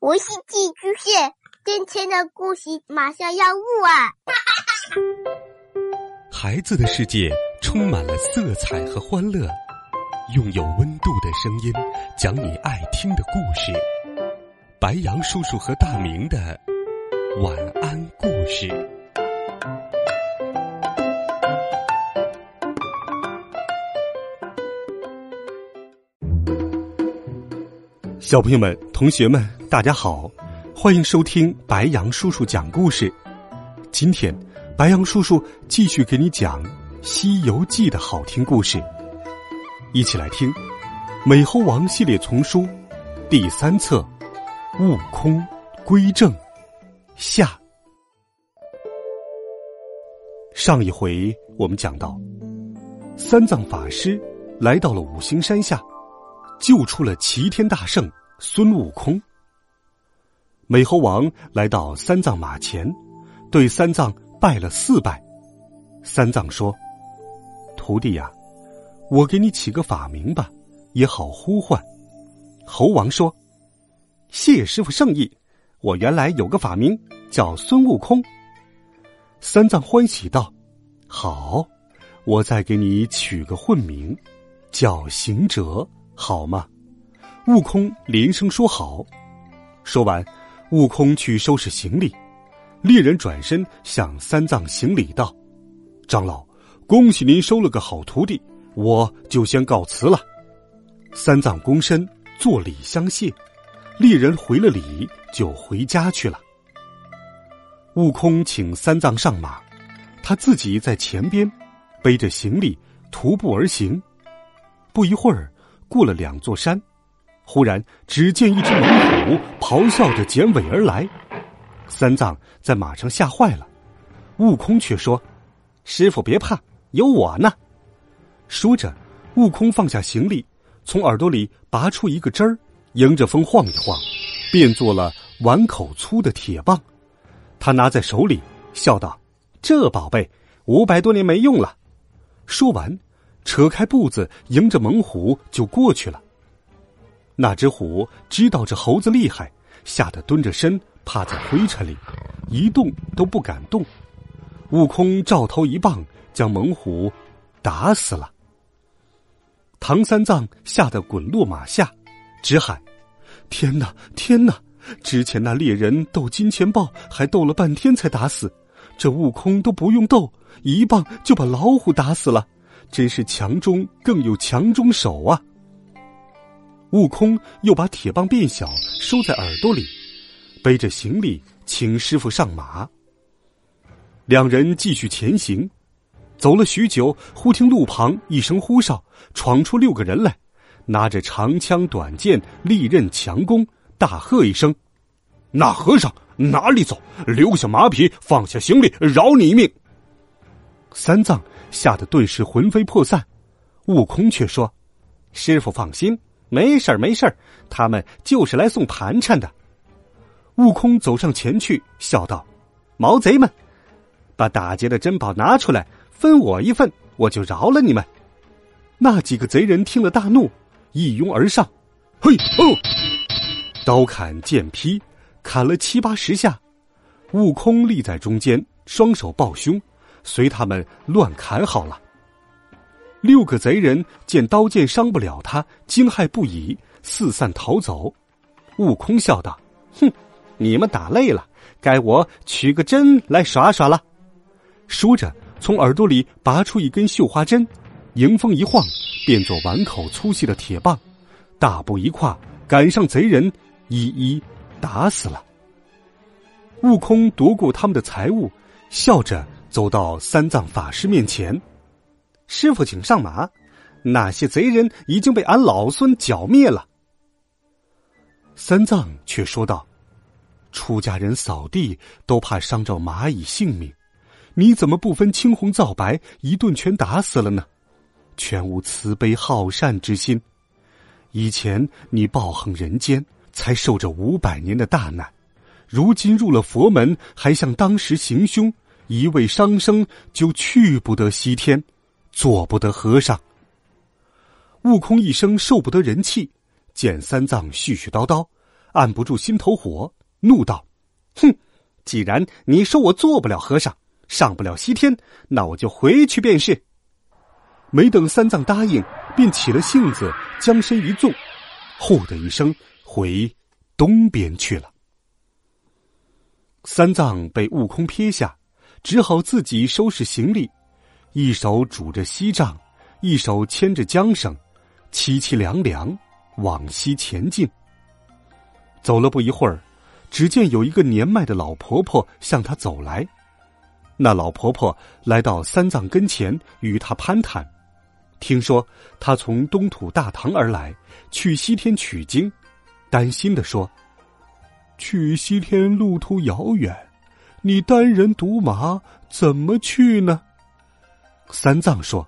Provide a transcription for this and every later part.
我是寄居蟹，今天的故事马上要录啊！ 孩子的世界充满了色彩和欢乐，用有温度的声音讲你爱听的故事。白杨叔叔和大明的晚安故事。小朋友们、同学们，大家好，欢迎收听白杨叔叔讲故事。今天白杨叔叔继续给你讲《西游记》的好听故事，一起来听《美猴王》系列丛书第3册《悟空归正》下。上一回我们讲到，三藏法师来到了五行山下，救出了齐天大圣孙悟空。美猴王来到三藏马前，对三藏拜了4拜。三藏说：徒弟呀，我给你起个法名吧，也好呼唤。猴王说：谢师傅圣意，我原来有个法名叫孙悟空。三藏欢喜道：好，我再给你取个混名，叫行者，好吗？悟空连声说好。说完，悟空去收拾行李。猎人转身向三藏行礼道：长老，恭喜您收了个好徒弟，我就先告辞了。三藏躬身作礼相谢，猎人回了礼，就回家去了。悟空请三藏上马，他自己在前边背着行李徒步而行。不一会儿，过了2座山，忽然只见一只猛虎咆哮着剪尾而来。三藏在马上吓坏了，悟空却说：师傅别怕，有我呢。说着，悟空放下行李，从耳朵里拔出一个针儿，迎着风晃一晃，变作了碗口粗的铁棒。他拿在手里，笑道：这宝贝500多年没用了。说完，扯开步子，迎着猛虎就过去了。那只虎知道这猴子厉害，吓得蹲着身，趴在灰尘里，一动都不敢动。悟空照头一棒，将猛虎打死了。唐三藏吓得滚落马下，直喊：天哪，天哪！之前那猎人斗金钱豹，还斗了半天才打死，这悟空都不用斗，一棒就把老虎打死了，真是强中更有强中手啊！悟空又把铁棒变小，收在耳朵里，背着行李请师傅上马。两人继续前行，走了许久，忽听路旁一声呼哨，闯出6个人来，拿着长枪短剑、利刃强弓，大喝一声：那和尚哪里走？留下马匹，放下行李，饶你一命！三藏吓得顿时魂飞魄散。悟空却说：师傅放心，没事儿没事儿，他们就是来送盘缠的。悟空走上前去，笑道：毛贼们，把打劫的珍宝拿出来，分我一份，我就饶了你们。那几个贼人听了大怒，一拥而上，嘿哦，刀砍剑劈，砍了7、80下。悟空立在中间，双手抱胸，随他们乱砍好了。6个贼人见刀剑伤不了他，惊骇不已，四散逃走。悟空笑道：哼，你们打累了，该我取个针来耍耍了。说着，从耳朵里拔出一根绣花针，迎风一晃，变作碗口粗细的铁棒，大步一跨，赶上贼人，一一打死了。悟空夺过他们的财物，笑着走到三藏法师面前：师傅请上马，那些贼人已经被俺老孙剿灭了。三藏却说道：出家人扫地都怕伤着蚂蚁性命，你怎么不分青红皂白，一顿全打死了呢？全无慈悲好善之心。以前你暴横人间，才受着500年的大难，如今入了佛门，还像当时行凶，一味伤生，就去不得西天，做不得和尚。悟空一生受不得人气，见三藏絮絮叨叨， 按不住心头火，怒道：哼，既然你说我做不了和尚，上不了西天，那我就回去便是。没等三藏答应，便起了性子，将身一纵，呼的一声回东边去了。三藏被悟空撇下，只好自己收拾行李，一手拄着锡杖，一手牵着缰绳，凄凄凉凉往西前进。走了不一会儿，只见有一个年迈的老婆婆向他走来。那老婆婆来到三藏跟前，与他攀谈，听说他从东土大唐而来，去西天取经，担心地说：去西天路途遥远，你单人独马怎么去呢？三藏说：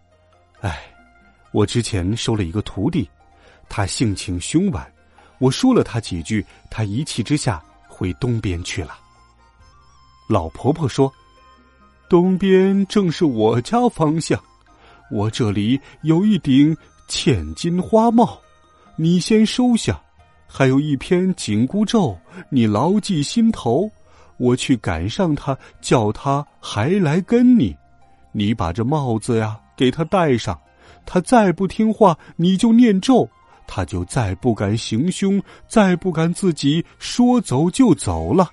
我之前收了一个徒弟，他性情凶顽，我说了他几句，他一气之下回东边去了。老婆婆说：东边正是我家方向，我这里有一顶嵌金花帽，你先收下，还有一篇紧箍咒，你牢记心头，我去赶上他，叫他还来跟你，你把这帽子呀给他戴上，他再不听话，你就念咒，他就再不敢行凶，再不敢自己说走就走了。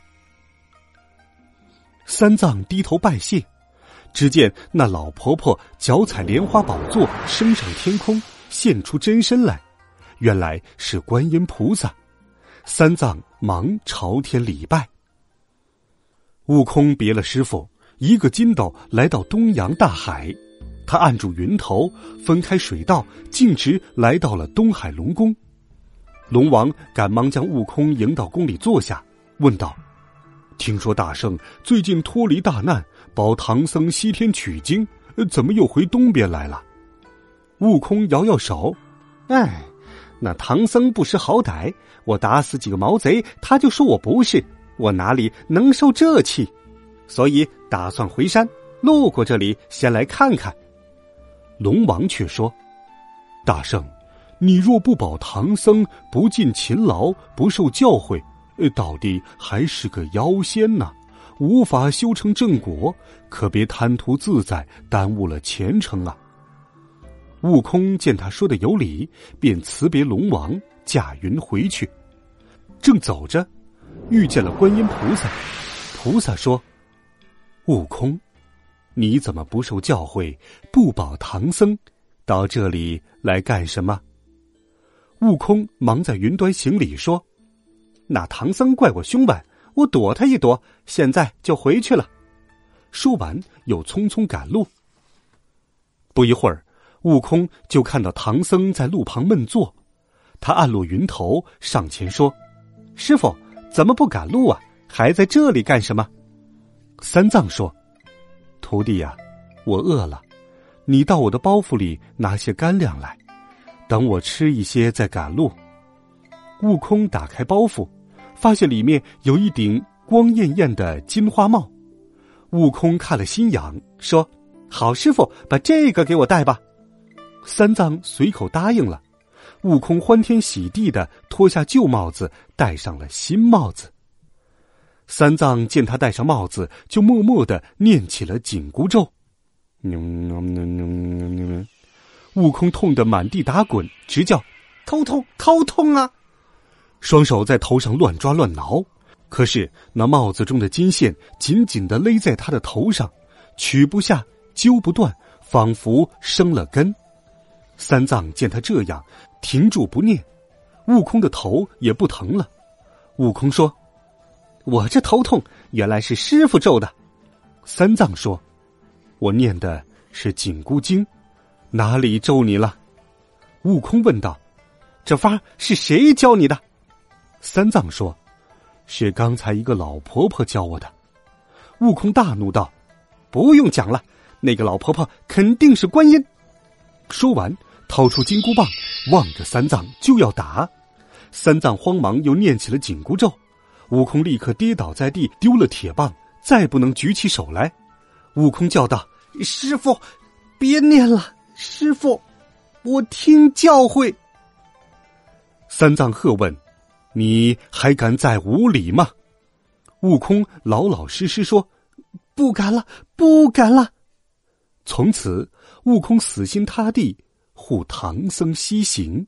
三藏低头拜谢，只见那老婆婆脚踩莲花宝座，升上天空，现出真身来，原来是观音菩萨。三藏忙朝天礼拜。悟空别了师傅，一个筋斗来到东洋大海，他按住云头，分开水道，径直来到了东海龙宫。龙王赶忙将悟空迎到宫里坐下，问道：听说大圣最近脱离大难，保唐僧西天取经，怎么又回东边来了？悟空摇摇手：那唐僧不识好歹，我打死几个毛贼，他就说我不是，我哪里能受这气？所以打算回山，路过这里先来看看。龙王却说：大圣，你若不保唐僧，不尽勤劳，不受教诲，到底还是个妖仙呢，无法修成正果，可别贪图自在，耽误了前程啊。悟空见他说的有理，便辞别龙王，驾云回去。正走着，遇见了观音菩萨。菩萨说：悟空，你怎么不受教诲，不保唐僧，到这里来干什么？悟空忙在云端行礼说：那唐僧怪我凶顽，我躲他一躲，现在就回去了。说完又匆匆赶路。不一会儿，悟空就看到唐僧在路旁闷坐，他按落云头，上前说：师父，怎么不赶路啊？还在这里干什么？三藏说：徒弟呀，我饿了，你到我的包袱里拿些干粮来，等我吃一些再赶路。悟空打开包袱，发现里面有一顶光艳艳的金花帽。悟空看了心痒，说：好师傅，把这个给我戴吧。三藏随口答应了。悟空欢天喜地地脱下旧帽子，戴上了新帽子。三藏见他戴上帽子，就默默地念起了紧箍咒。悟空痛得满地打滚，直叫头痛头痛啊！双手在头上乱抓乱挠，可是那帽子中的金线紧紧地勒在他的头上，取不下揪不断，仿佛生了根。三藏见他这样，停住不念，悟空的头也不疼了。悟空说：我这头痛原来是师傅咒的。三藏说：我念的是紧箍经，哪里咒你了？悟空问道：这法是谁教你的？三藏说：是刚才一个老婆婆教我的。悟空大怒道：不用讲了，那个老婆婆肯定是观音。说完掏出金箍棒，望着三藏就要打。三藏慌忙又念起了紧箍咒，悟空立刻跌倒在地，丢了铁棒，再不能举起手来。悟空叫道：师父，别念了，师父，我听教诲。三藏喝问： 你还敢再无礼吗？悟空老老实实说，不敢了，不敢了。从此，悟空死心塌地护唐僧西行。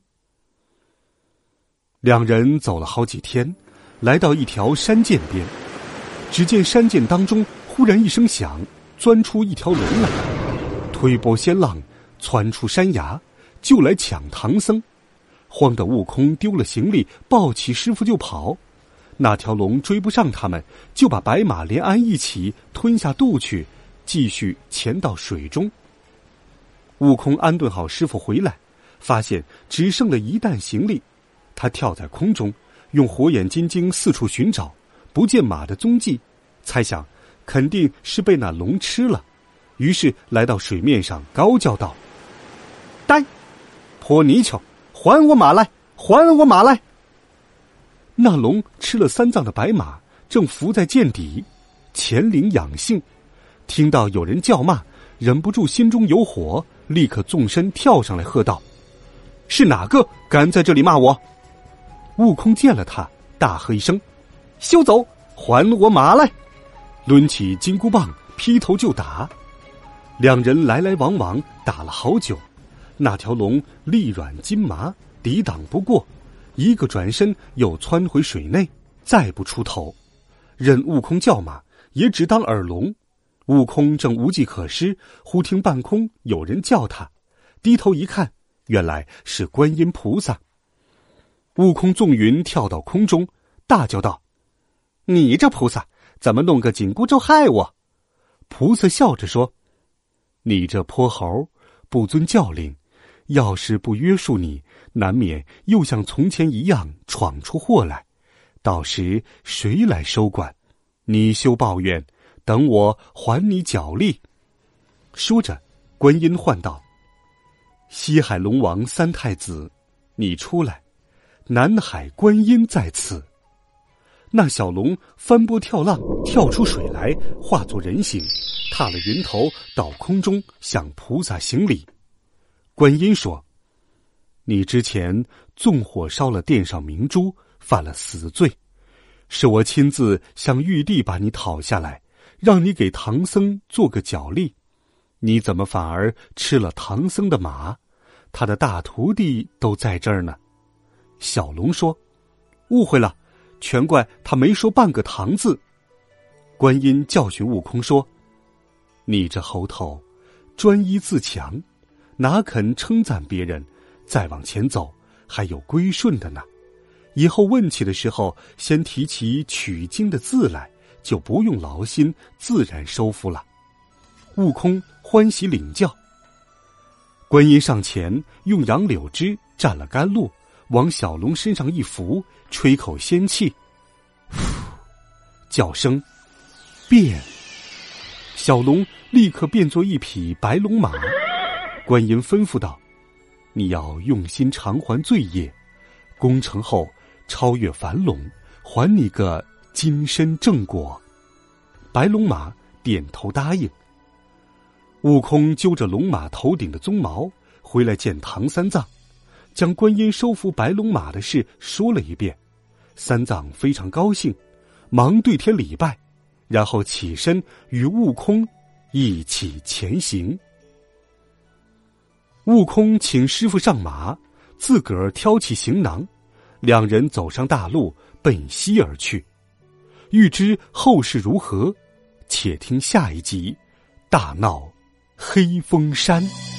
两人走了好几天，来到一条山涧边，只见山涧当中忽然一声响，钻出一条龙来，推波掀浪，窜出山崖，就来抢唐僧。慌得悟空丢了行李，抱起师傅就跑。那条龙追不上他们，就把白马连鞍一起吞下肚去，继续潜到水中。悟空安顿好师傅回来，发现只剩了一担行李。他跳在空中，用火眼金睛四处寻找，不见马的踪迹，猜想肯定是被那龙吃了，于是来到水面上高叫道：呆，泼泥鳅，还我马来，还我马来！那龙吃了三藏的白马，正伏在涧底，潜灵养性，听到有人叫骂，忍不住心中有火，立刻纵身跳上来喝道：是哪个敢在这里骂我？悟空见了他，大喝一声：休走，还我马来！抡起金箍棒劈头就打。两人来来往往打了好久，那条龙力软筋麻，抵挡不过，一个转身又窜回水内，再不出头。任悟空叫骂，也只当耳聋。悟空正无计可施，忽听半空有人叫他，低头一看，原来是观音菩萨。悟空纵云跳到空中，大叫道：你这菩萨怎么弄个紧箍咒害我？菩萨笑着说：你这泼猴，不遵教令，要是不约束你，难免又像从前一样闯出祸来，到时谁来收管？你休抱怨，等我还你脚力。说着，观音唤道：西海龙王三太子，你出来，南海观音在此。那小龙翻波跳浪，跳出水来，化作人形，踏了云头到空中，向菩萨行礼。观音说：你之前纵火烧了殿上明珠，犯了死罪，是我亲自向玉帝把你讨下来，让你给唐僧做个脚力，你怎么反而吃了唐僧的马？他的大徒弟都在这儿呢。小龙说：误会了，全怪他没说半个唐字。观音教训悟空说：你这猴头，专一自强，哪肯称赞别人，再往前走还有归顺的呢。以后问起的时候，先提起取经的字来，就不用劳心，自然收服了。悟空欢喜领教。观音上前用杨柳枝蘸了甘露，往小龙身上一拂，吹口仙气，叫声变，小龙立刻变作一匹白龙马。观音吩咐道：你要用心偿还罪业，功成后超越凡龙，还你个金身正果。白龙马点头答应。悟空揪着龙马头顶的鬃毛回来见唐三藏，将观音收服白龙马的事说了一遍。三藏非常高兴，忙对天礼拜，然后起身与悟空一起前行。悟空请师傅上马，自个儿挑起行囊，两人走上大路，奔西而去。欲知后事如何，且听下一集大闹黑风山。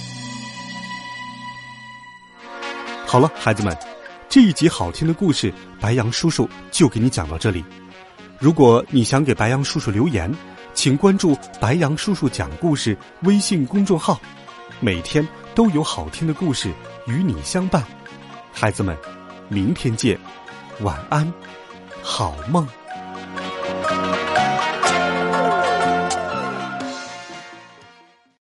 好了，孩子们，这一集好听的故事，白羊叔叔就给你讲到这里。如果你想给白羊叔叔留言，请关注白羊叔叔讲故事微信公众号，每天都有好听的故事与你相伴。孩子们，明天见，晚安，好梦。